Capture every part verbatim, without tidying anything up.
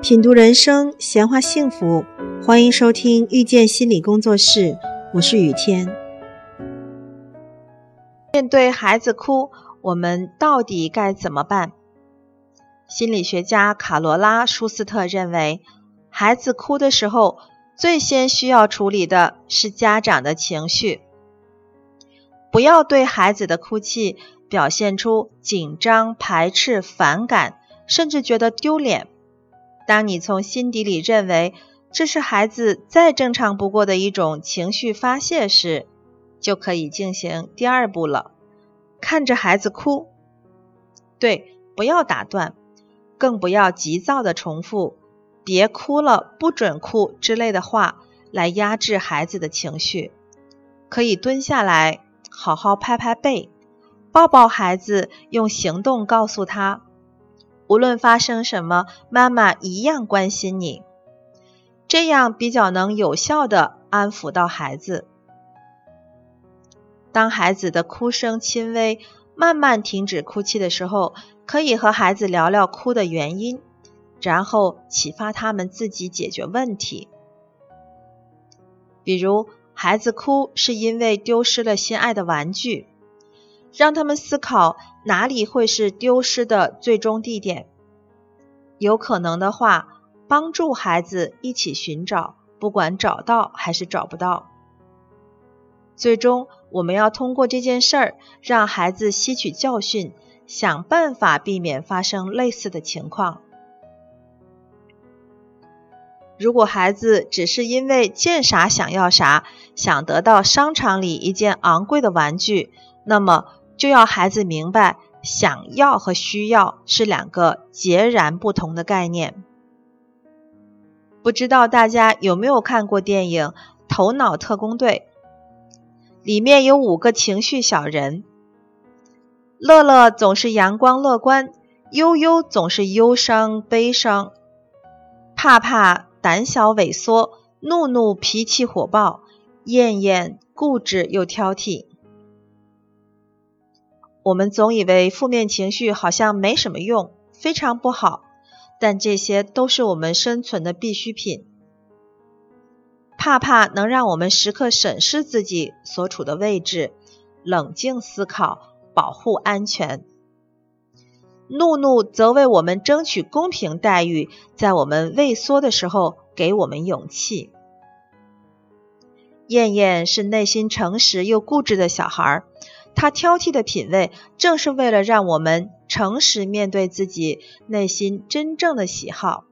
品读人生，闲话幸福，欢迎收听遇见心理工作室，我是雨天。 面对孩子哭，我们到底该怎么办？心理学家卡罗拉·舒斯特认为，孩子哭的时候，最先需要处理的是家长的情绪。不要对孩子的哭泣表现出紧张、排斥、反感，甚至觉得丢脸。当你从心底里认为这是孩子再正常不过的一种情绪发泄时，就可以进行第二步了。看着孩子哭，对，不要打断，更不要急躁地重复别哭了，不准哭之类的话来压制孩子的情绪。可以蹲下来，好好拍拍背，抱抱孩子，用行动告诉他，无论发生什么，妈妈一样关心你。这样比较能有效地安抚到孩子。当孩子的哭声轻微，慢慢停止哭泣的时候，可以和孩子聊聊哭的原因，然后启发他们自己解决问题。比如，孩子哭是因为丢失了心爱的玩具，让他们思考哪里会是丢失的最终地点。有可能的话，帮助孩子一起寻找，不管找到还是找不到。最终，我们要通过这件事儿，让孩子吸取教训，想办法避免发生类似的情况。如果孩子只是因为见啥想要啥，想得到商场里一件昂贵的玩具，那么就要孩子明白，想要和需要是两个截然不同的概念。不知道大家有没有看过电影《头脑特工队》？里面有五个情绪小人，乐乐总是阳光乐观，悠悠总是忧伤悲伤，怕怕胆小萎缩，怒怒脾气火爆，厌厌固执又挑剔。我们总以为负面情绪好像没什么用，非常不好，但这些都是我们生存的必需品。怕怕能让我们时刻审视自己所处的位置，冷静思考，保护安全。怒怒则为我们争取公平待遇，在我们畏缩的时候给我们勇气。厌厌是内心诚实又固执的小孩，他挑剔的品味正是为了让我们诚实面对自己内心真正的喜好。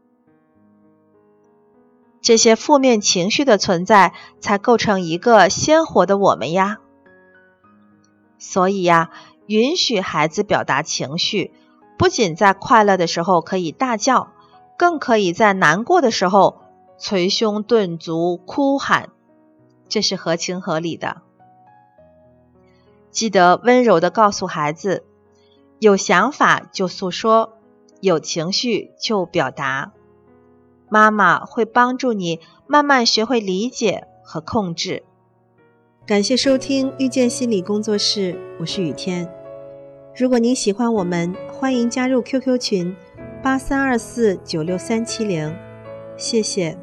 这些负面情绪的存在，才构成一个鲜活的我们呀。所以呀，允许孩子表达情绪，不仅在快乐的时候可以大叫，更可以在难过的时候捶胸顿足哭喊，这是合情合理的。记得温柔地告诉孩子，有想法就诉说，有情绪就表达。妈妈会帮助你慢慢学会理解和控制。 感谢收听遇见心理工作室，我是雨天。如果您喜欢我们，欢迎加入 Q Q 群八三二四九六三七零，谢谢。